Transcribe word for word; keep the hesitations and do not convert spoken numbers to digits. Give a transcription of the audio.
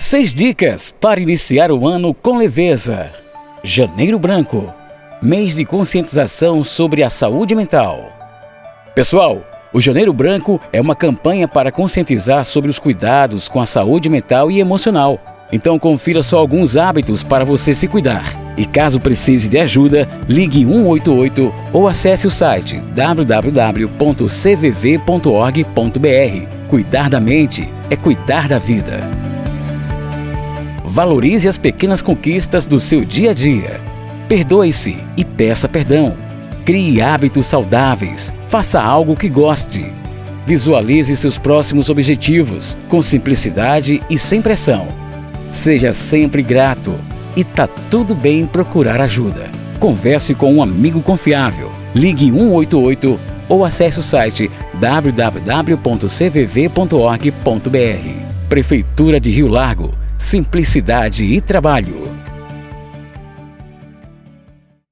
Seis dicas para iniciar o ano com leveza. Janeiro Branco, mês de conscientização sobre a saúde mental. Pessoal, o Janeiro Branco é uma campanha para conscientizar sobre os cuidados com a saúde mental e emocional. Então confira só alguns hábitos para você se cuidar. E caso precise de ajuda, ligue um oito oito ou acesse o site w w w ponto c v v ponto org ponto b r. Cuidar da mente é cuidar da vida. Valorize as pequenas conquistas do seu dia a dia. Perdoe-se e peça perdão. Crie hábitos saudáveis. Faça algo que goste. Visualize seus próximos objetivos com simplicidade e sem pressão. Seja sempre grato e tá tudo bem procurar ajuda. Converse com um amigo confiável. Ligue um oito oito ou acesse o site w w w ponto c v v ponto org ponto b r. Prefeitura de Rio Largo. Simplicidade e trabalho.